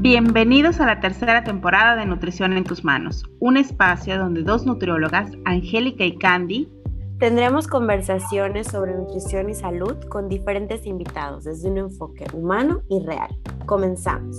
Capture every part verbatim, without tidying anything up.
Bienvenidos a la tercera temporada de Nutrición en tus manos, un espacio donde dos nutriólogas, Angélica y Candy, tendremos conversaciones sobre nutrición y salud con diferentes invitados desde un enfoque humano y real. Comenzamos.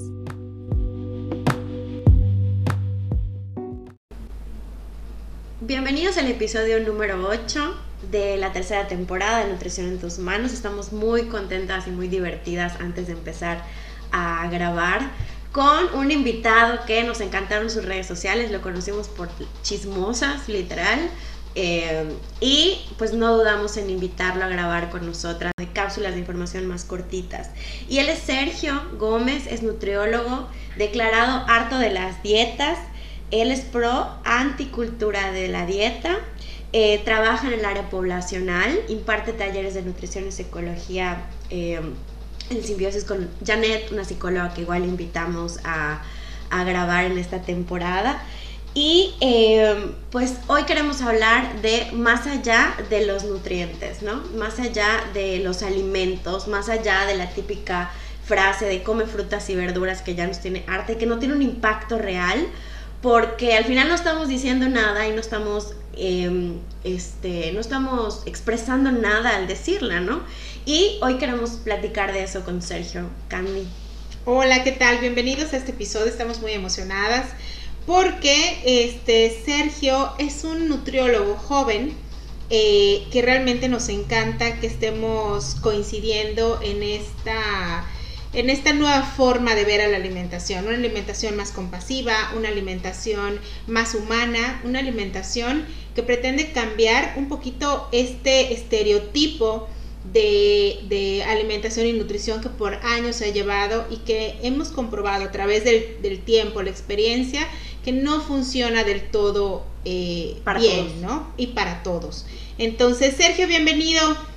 Bienvenidos al episodio número ocho de la tercera temporada de Nutrición en tus manos. Estamos muy contentas y muy divertidas antes de empezar a grabar con un invitado que nos encantaron sus redes sociales. Lo conocimos por chismosas, literal. Eh, y pues no dudamos en invitarlo a grabar con nosotras de cápsulas de información más cortitas. Y él es Sergio Gómez, es nutriólogo, declarado harto de las dietas. Él es pro anticultura de la dieta, eh, trabaja en el área poblacional, imparte talleres de nutrición y psicología eh, en simbiosis con Janet, una psicóloga que igual invitamos a, a grabar en esta temporada. Y eh, pues hoy queremos hablar de más allá de los nutrientes, ¿no? Más allá de los alimentos, más allá de la típica frase de come frutas y verduras que ya nos tiene harta y que no tiene un impacto real, porque al final no estamos diciendo nada y no estamos, eh, este, no estamos expresando nada al decirla, ¿no? Y hoy queremos platicar de eso con Sergio. Candy. Hola, ¿qué tal? Bienvenidos a este episodio, estamos muy emocionadas porque este Sergio es un nutriólogo joven eh, que realmente nos encanta que estemos coincidiendo en esta, en esta nueva forma de ver a la alimentación, una alimentación más compasiva, una alimentación más humana, una alimentación que pretende cambiar un poquito este estereotipo De, de alimentación y nutrición que por años se ha llevado y que hemos comprobado a través del, del tiempo, la experiencia, que no funciona del todo eh, para bien, todos. ¿no? Y para todos. Entonces, Sergio, bienvenido.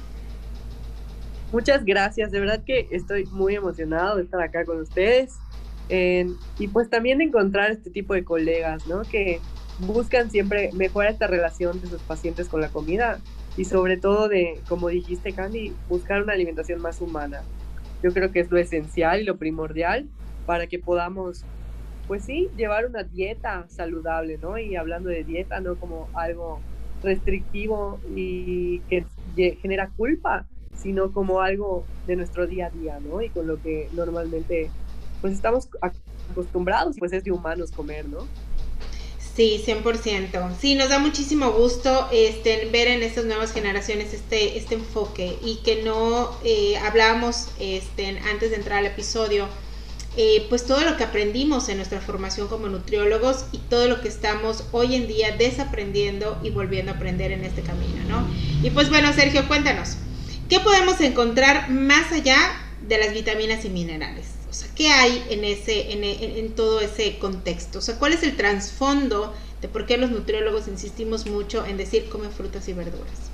Muchas gracias, de verdad que estoy muy emocionado de estar acá con ustedes eh, y pues también de encontrar este tipo de colegas, ¿no? Que buscan siempre mejorar esta relación de sus pacientes con la comida. Y sobre todo de, como dijiste, Candy, buscar una alimentación más humana. Yo creo que es lo esencial y lo primordial para que podamos, pues sí, llevar una dieta saludable, ¿no? Y hablando de dieta, no como algo restrictivo y que genera culpa, sino como algo de nuestro día a día, ¿no? Y con lo que normalmente, pues estamos acostumbrados, pues es de humanos comer, ¿no? Sí, cien por ciento. Sí, nos da muchísimo gusto este, ver en estas nuevas generaciones este, este enfoque y que no eh, hablábamos este, antes de entrar al episodio, eh, pues todo lo que aprendimos en nuestra formación como nutriólogos y todo lo que estamos hoy en día desaprendiendo y volviendo a aprender en este camino, ¿no? Y pues bueno, Sergio, cuéntanos, ¿qué podemos encontrar más allá de las vitaminas y minerales? O sea, ¿qué hay en ese, en, en, en todo ese contexto? O sea, ¿cuál es el trasfondo de por qué los nutriólogos insistimos mucho en decir come frutas y verduras?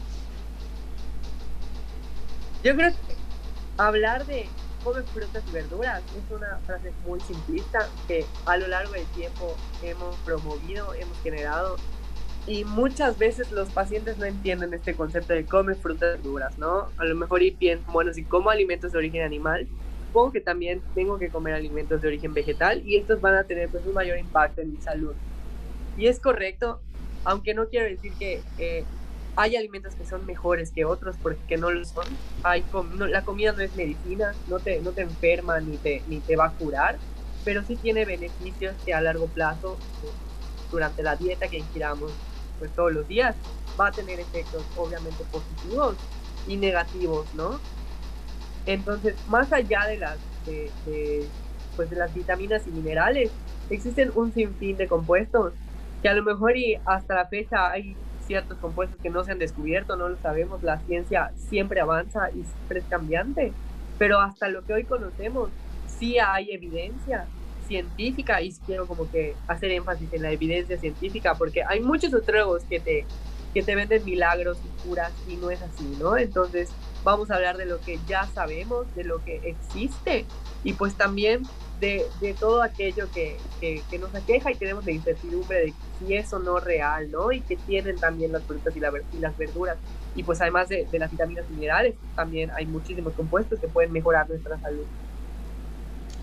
Yo creo que hablar de come frutas y verduras es una frase muy simplista que a lo largo del tiempo hemos promovido, hemos generado, y muchas veces los pacientes no entienden este concepto de come frutas y verduras, ¿no? A lo mejor y piensan, bueno, si como alimentos de origen animal, supongo que también tengo que comer alimentos de origen vegetal y estos van a tener pues un mayor impacto en mi salud. Y es correcto, aunque no quiero decir que eh, hay alimentos que son mejores que otros, porque no lo son. Hay com no, la comida no es medicina, no te, no te enferma ni te, ni te va a curar, pero sí tiene beneficios que a largo plazo, pues, durante la dieta que ingiramos pues, todos los días, va a tener efectos obviamente positivos y negativos, ¿no? Entonces, más allá de las, de, de, pues de las vitaminas y minerales, existen un sinfín de compuestos que a lo mejor y hasta la fecha hay ciertos compuestos que no se han descubierto, no lo sabemos, la ciencia siempre avanza y siempre es cambiante, pero hasta lo que hoy conocemos sí hay evidencia científica y quiero como que hacer énfasis en la evidencia científica porque hay muchos nutriólogos que te, que te venden milagros y curas y no es así, ¿no? Entonces, vamos a hablar de lo que ya sabemos, de lo que existe y pues también de, de todo aquello que, que, que nos aqueja y tenemos la incertidumbre de si es o no real, ¿no? Y que tienen también las frutas y, la, y las verduras. Y pues además de, de las vitaminas y minerales, también hay muchísimos compuestos que pueden mejorar nuestra salud.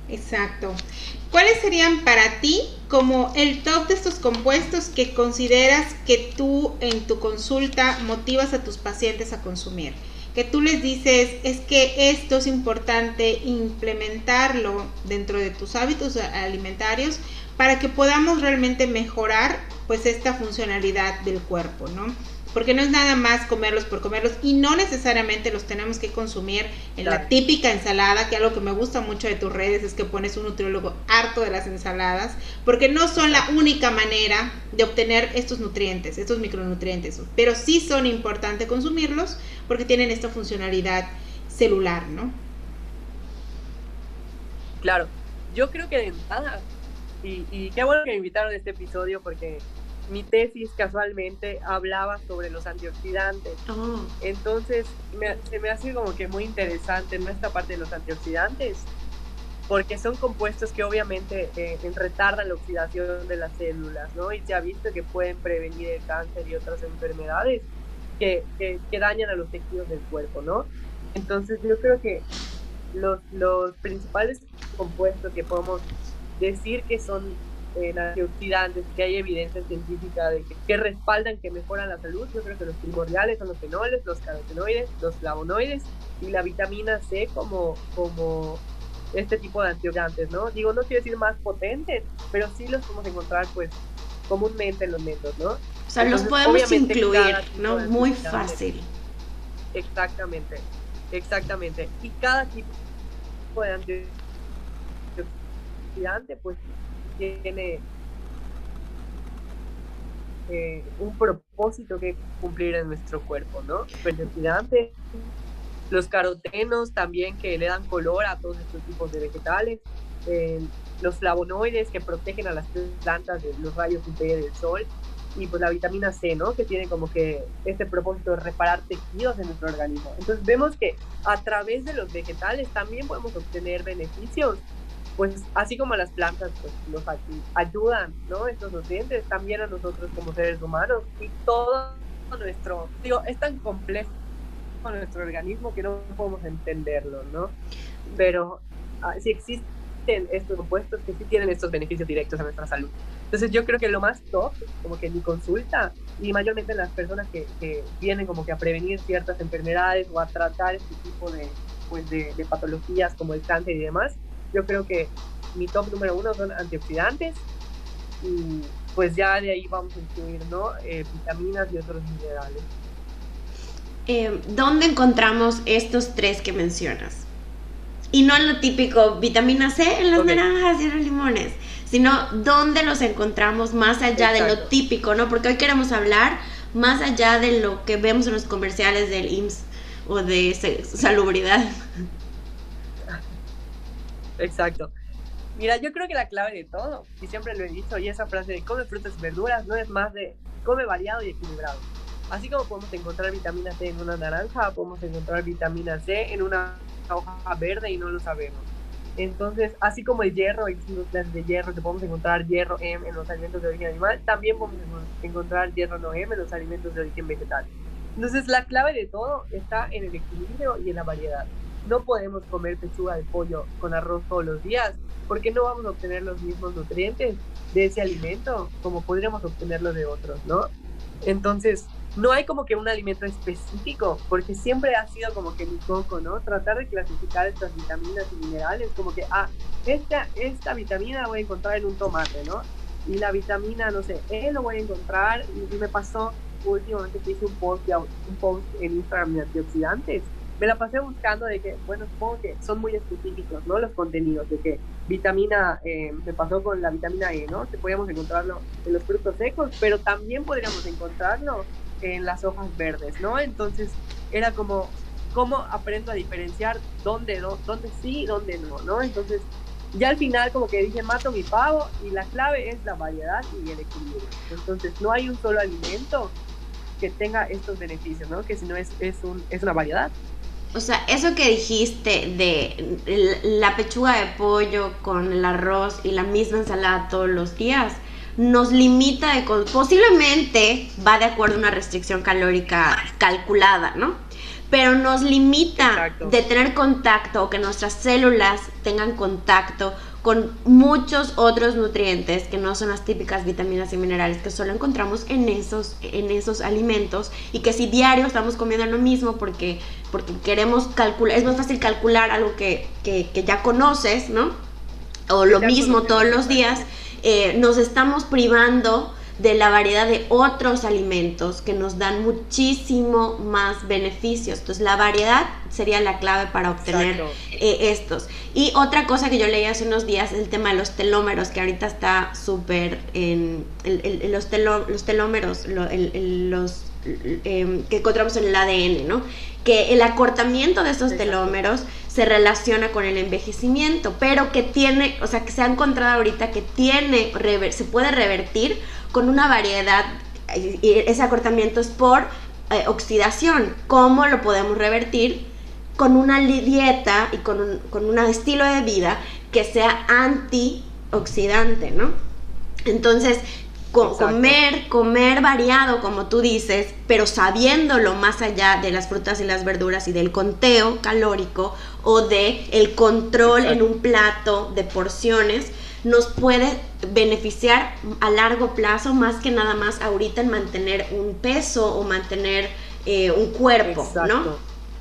Exacto. ¿Cuáles serían para ti como el top de estos compuestos que consideras que tú en tu consulta motivas a tus pacientes a consumir? Que tú les dices, es que esto es importante implementarlo dentro de tus hábitos alimentarios para que podamos realmente mejorar pues esta funcionalidad del cuerpo, ¿no? Porque no es nada más comerlos por comerlos y no necesariamente los tenemos que consumir en claro. la típica ensalada, que algo que me gusta mucho de tus redes es que pones un nutriólogo harto de las ensaladas, porque no son la única manera de obtener estos nutrientes, estos micronutrientes, pero sí son importantes consumirlos porque tienen esta funcionalidad celular, ¿no? Claro, yo creo que de entrada, y, y qué bueno que me invitaron a este episodio porque mi tesis casualmente hablaba sobre los antioxidantes. Oh. Entonces me, se me hace como que muy interesante en esta parte de los antioxidantes, porque son compuestos que obviamente eh, retardan la oxidación de las células, ¿no? Y se ha visto que pueden prevenir el cáncer y otras enfermedades que, que, que dañan a los tejidos del cuerpo, ¿no? Entonces yo creo que los, los principales compuestos que podemos decir que son Eh, antioxidantes, que hay evidencia científica de que, que respaldan que mejoran la salud, yo creo que los primordiales son los fenoles, los carotenoides, los flavonoides y la vitamina C como, como este tipo de antioxidantes, ¿no? Digo, no quiero decir más potentes, pero sí los podemos encontrar pues comúnmente en los métodos, ¿no? O sea, Entonces, los podemos incluir, ¿no? Muy fácil. Exactamente, exactamente. Y cada tipo de antioxidante pues tiene eh, un propósito que cumplir en nuestro cuerpo, ¿no? Los antioxidantes, los carotenos también que le dan color a todos estos tipos de vegetales, eh, los flavonoides que protegen a las plantas de los rayos U V del sol, y pues la vitamina C, ¿no? Que tiene como que este propósito de reparar tejidos en nuestro organismo. Entonces vemos que a través de los vegetales también podemos obtener beneficios, pues así como a las plantas pues, nos ayudan, ¿no? Estos nutrientes, también a nosotros como seres humanos, y todo nuestro, digo, es tan complejo nuestro organismo que no podemos entenderlo, ¿no? Pero ah, sí existen estos compuestos que sí tienen estos beneficios directos a nuestra salud. Entonces yo creo que lo más top, como que en mi consulta, y mayormente en las personas que, que vienen como que a prevenir ciertas enfermedades o a tratar este tipo de, pues, de, de patologías como el cáncer y demás, yo creo que mi top número uno son antioxidantes, y pues ya de ahí vamos a incluir, ¿no? Eh, vitaminas y otros minerales. Eh, ¿Dónde encontramos estos tres que mencionas? Y no en lo típico, vitamina C en las okay. naranjas y en los limones, sino dónde los encontramos más allá Exacto. de lo típico, ¿no? Porque hoy queremos hablar más allá de lo que vemos en los comerciales del I M S S o de salubridad. Exacto. Mira, yo creo que la clave de todo, y siempre lo he dicho, y esa frase de come frutas y verduras no es más de come variado y equilibrado. Así como podemos encontrar vitamina C en una naranja, podemos encontrar vitamina C en una hoja verde y no lo sabemos. Entonces, así como el hierro, existen dos clases de hierro, que podemos encontrar hierro M en los alimentos de origen animal, también podemos encontrar hierro no M en los alimentos de origen vegetal. Entonces, la clave de todo está en el equilibrio y en la variedad. No podemos comer pechuga de pollo con arroz todos los días, porque no vamos a obtener los mismos nutrientes de ese alimento como podríamos obtenerlos de otros, ¿no? Entonces, no hay como que un alimento específico, porque siempre ha sido como que mi foco, ¿no? Tratar de clasificar estas vitaminas y minerales, como que, ah, esta, esta vitamina la voy a encontrar en un tomate, ¿no? Y la vitamina, no sé, E lo voy a encontrar, y, y me pasó últimamente que hice un post, un post en Instagram de antioxidantes. Me la pasé buscando de que, bueno, supongo que son muy específicos, ¿no? Los contenidos, de que vitamina, eh, me pasó con la vitamina E, ¿no? Que podíamos encontrarlo en los frutos secos, pero también podríamos encontrarlo en las hojas verdes, ¿no? Entonces, era como, ¿cómo aprendo a diferenciar dónde, dónde, dónde sí y dónde no, ¿no? Entonces, ya al final como que dije, mato mi pavo, y la clave es la variedad y el equilibrio. Entonces, no hay un solo alimento que tenga estos beneficios, ¿no? Que si no es, es, un, es una variedad. O sea, eso que dijiste de la pechuga de pollo con el arroz y la misma ensalada todos los días, nos limita de... Posiblemente va de acuerdo a una restricción calórica calculada, ¿no? pero nos limita Exacto. de tener contacto o que nuestras células tengan contacto con muchos otros nutrientes que no son las típicas vitaminas y minerales que solo encontramos en esos, en esos alimentos, y que si diario estamos comiendo lo mismo porque, porque queremos calcular, es más fácil calcular algo que, que, que ya conoces, ¿no? O lo Ya mismo todos los conocemos. días, eh, nos estamos privando de la variedad de otros alimentos que nos dan muchísimo más beneficios. Entonces la variedad sería la clave para obtener eh, estos. Y otra cosa que yo leí hace unos días es el tema de los telómeros, que ahorita está súper en el, el, los, telo, los telómeros, lo, el, el, los eh, que encontramos en el A D N, ¿no? Que el acortamiento de estos telómeros se relaciona con el envejecimiento, pero que tiene, o sea, que se ha encontrado ahorita que tiene, rever, se puede revertir con una variedad, y ese acortamiento es por eh, oxidación. ¿Cómo lo podemos revertir? Con una dieta y con un, con un estilo de vida que sea antioxidante, ¿no? Entonces, co comer, comer variado, como tú dices, pero sabiéndolo más allá de las frutas y las verduras y del conteo calórico o de el control Exacto. en un plato de porciones, nos puede beneficiar a largo plazo, más que nada más ahorita en mantener un peso o mantener eh, un cuerpo, Exacto. ¿no?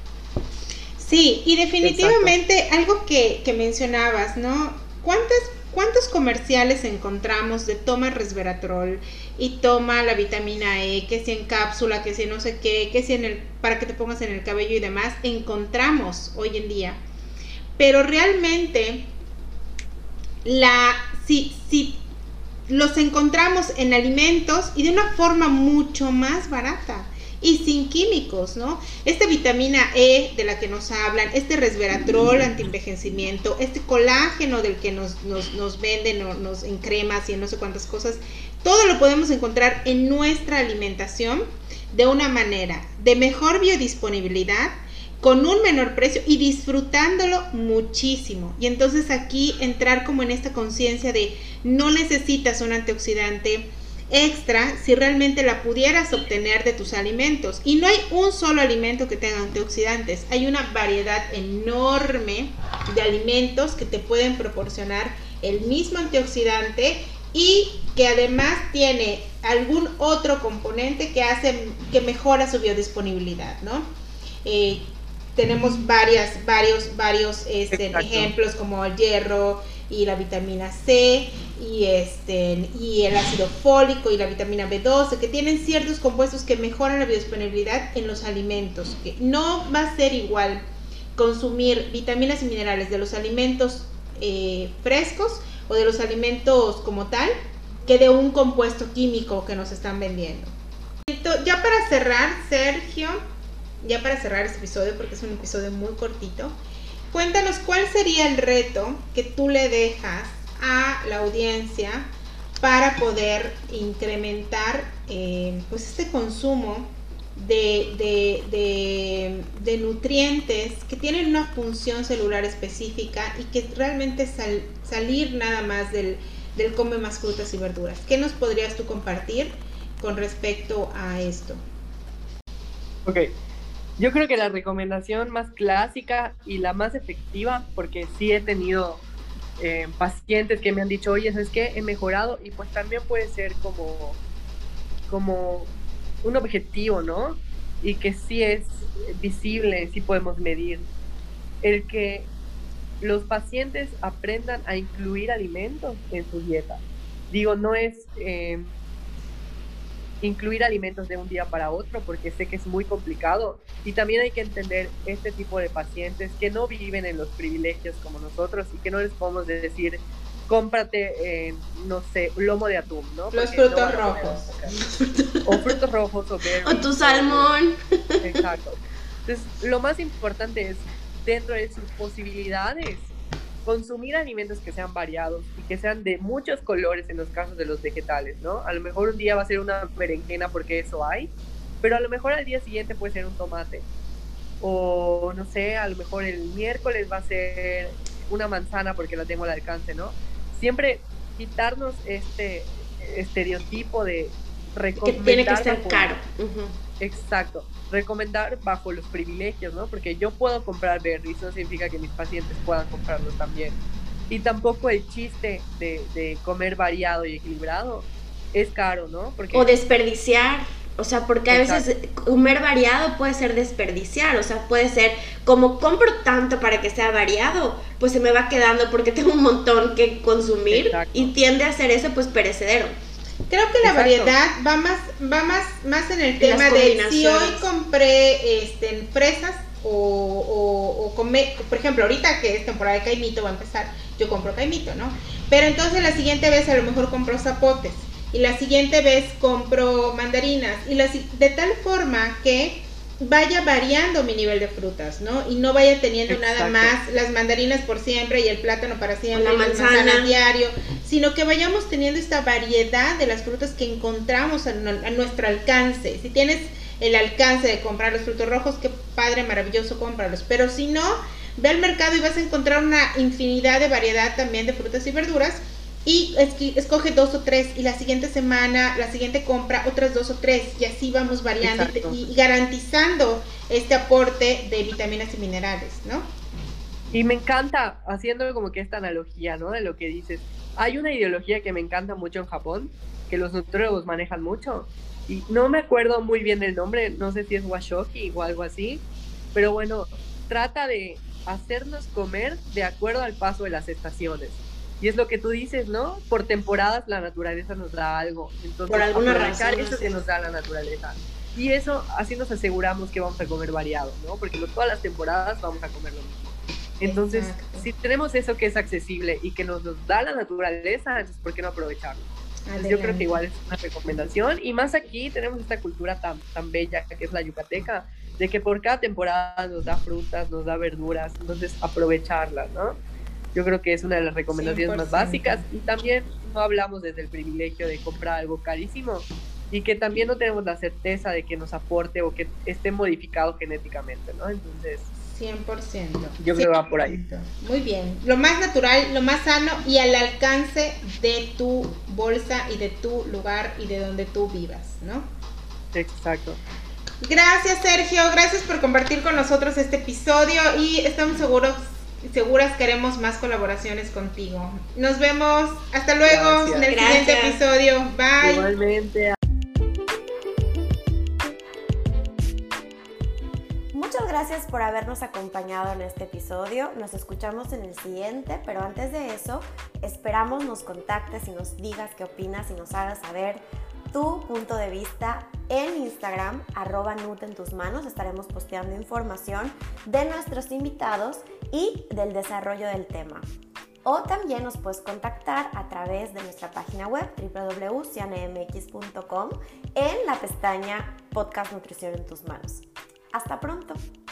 Sí, y definitivamente Exacto. algo que, que mencionabas, ¿no? ¿Cuántas, ¿Cuántos comerciales encontramos de toma resveratrol y toma la vitamina E, que si en cápsula, que si no sé qué, que si en el, para que te pongas en el cabello y demás, encontramos hoy en día? Pero realmente, la, si, si los encontramos en alimentos y de una forma mucho más barata y sin químicos, ¿no? Esta vitamina E de la que nos hablan, este resveratrol antienvejecimiento, este colágeno del que nos, nos, nos venden o nos, en cremas y en no sé cuántas cosas, todo lo podemos encontrar en nuestra alimentación de una manera de mejor biodisponibilidad, con un menor precio y disfrutándolo muchísimo. Y entonces aquí entrar como en esta conciencia de no necesitas un antioxidante extra si realmente la pudieras obtener de tus alimentos. Y no hay un solo alimento que tenga antioxidantes, hay una variedad enorme de alimentos que te pueden proporcionar el mismo antioxidante y que además tiene algún otro componente que hace que mejora su biodisponibilidad, ¿no? Eh, tenemos varias, varios, varios este, ejemplos como el hierro y la vitamina C y, este, y el ácido fólico y la vitamina B doce, que tienen ciertos compuestos que mejoran la biodisponibilidad en los alimentos. Que no va a ser igual consumir vitaminas y minerales de los alimentos eh, frescos o de los alimentos como tal que de un compuesto químico que nos están vendiendo. Entonces, ya para cerrar, Sergio, ya para cerrar este episodio, porque es un episodio muy cortito, cuéntanos cuál sería el reto que tú le dejas a la audiencia para poder incrementar eh, pues este consumo de, de, de, de nutrientes que tienen una función celular específica y que realmente sal, salir nada más del, del come más frutas y verduras. ¿Qué nos podrías tú compartir con respecto a esto? Ok. Yo creo que la recomendación más clásica y la más efectiva, porque sí he tenido eh, pacientes que me han dicho, oye, ¿sabes qué? He mejorado, y pues también puede ser como, como un objetivo, ¿no? Y que sí es visible, sí podemos medir. El que los pacientes aprendan a incluir alimentos en su dieta. Digo, no es... Eh, incluir alimentos de un día para otro, porque sé que es muy complicado, y también hay que entender este tipo de pacientes que no viven en los privilegios como nosotros y que no les podemos decir cómprate, eh, no sé, un lomo de atún, ¿no? Los porque frutos no rojos. O frutos rojos o berries. O tu salmón. Exacto. Entonces, lo más importante es, dentro de sus posibilidades, consumir alimentos que sean variados y que sean de muchos colores en los casos de los vegetales, ¿no? A lo mejor un día va a ser una berenjena porque eso hay, pero a lo mejor al día siguiente puede ser un tomate. O, no sé, a lo mejor el miércoles va a ser una manzana porque la tengo al alcance, ¿no? Siempre quitarnos este estereotipo de recomendar. Que tiene que ser caro. Uh-huh. Exacto, recomendar bajo los privilegios, ¿no? Porque yo puedo comprar berries, no significa que mis pacientes puedan comprarlos también. Y tampoco el chiste de, de comer variado y equilibrado es caro, ¿no? Porque... O desperdiciar, o sea, porque a Exacto. veces comer variado puede ser desperdiciar, o sea, puede ser, como compro tanto para que sea variado, pues se me va quedando porque tengo un montón que consumir. Exacto. Y tiende a ser eso, pues, perecedero. Creo que la Exacto. variedad va más va más, más en el tema de si hoy compré este, fresas o, o, o comer, por ejemplo, ahorita que es temporada de caimito va a empezar, yo compro caimito, ¿no? Pero entonces la siguiente vez a lo mejor compro zapotes y la siguiente vez compro mandarinas y la, de tal forma que vaya variando mi nivel de frutas, ¿no? Y no vaya teniendo Exacto. nada más las mandarinas por siempre y el plátano para siempre, la manzana. manzana diario, sino que vayamos teniendo esta variedad de las frutas que encontramos a, a nuestro alcance. Si tienes el alcance de comprar los frutos rojos, qué padre, maravilloso, cómpralos. Pero si no, ve al mercado y vas a encontrar una infinidad de variedad también de frutas y verduras. Y escoge dos o tres y la siguiente semana, la siguiente compra otras dos o tres y así vamos variando y, y garantizando este aporte de vitaminas y minerales, ¿no? Y me encanta, haciendo como que esta analogía, ¿no? De lo que dices. Hay una ideología que me encanta mucho en Japón, que los nutriólogos manejan mucho, y no me acuerdo muy bien el nombre, no sé si es washoki o algo así, pero bueno, trata de hacernos comer de acuerdo al paso de las estaciones. Y es lo que tú dices, ¿no? Por temporadas la naturaleza nos da algo. Entonces, por alguna razón, eso sí. que nos da la naturaleza. Y eso, así nos aseguramos que vamos a comer variado, ¿no? Porque no todas las temporadas vamos a comer lo mismo. Entonces, Exacto. si tenemos eso que es accesible y que nos, nos da la naturaleza, entonces, ¿por qué no aprovecharlo? Entonces, yo creo que igual es una recomendación. Y más aquí tenemos esta cultura tan, tan bella que es la yucateca, de que por cada temporada nos da frutas, nos da verduras, entonces aprovecharlas, ¿no? Yo creo que es una de las recomendaciones cien por ciento más básicas. Y también no hablamos desde el privilegio de comprar algo carísimo y que también no tenemos la certeza de que nos aporte o que esté modificado genéticamente, ¿no? Entonces, cien por ciento. Yo creo que va por ahí. Muy bien. Lo más natural, lo más sano y al alcance de tu bolsa y de tu lugar y de donde tú vivas, ¿no? Exacto. Gracias, Sergio. Gracias por compartir con nosotros este episodio y estamos seguros Seguras queremos más colaboraciones contigo. Nos vemos. Hasta luego. Gracias. En el Gracias. Siguiente episodio. Bye. Igualmente. Muchas gracias por habernos acompañado en este episodio. Nos escuchamos en el siguiente, pero antes de eso, esperamos nos contactes y nos digas qué opinas y nos hagas saber tu punto de vista en Instagram, arroba Nut en tus manos. Estaremos posteando información de nuestros invitados y del desarrollo del tema. O también nos puedes contactar a través de nuestra página web doble u doble u doble u punto ciane eme equis punto com en la pestaña Podcast Nutrición en tus manos. Hasta pronto.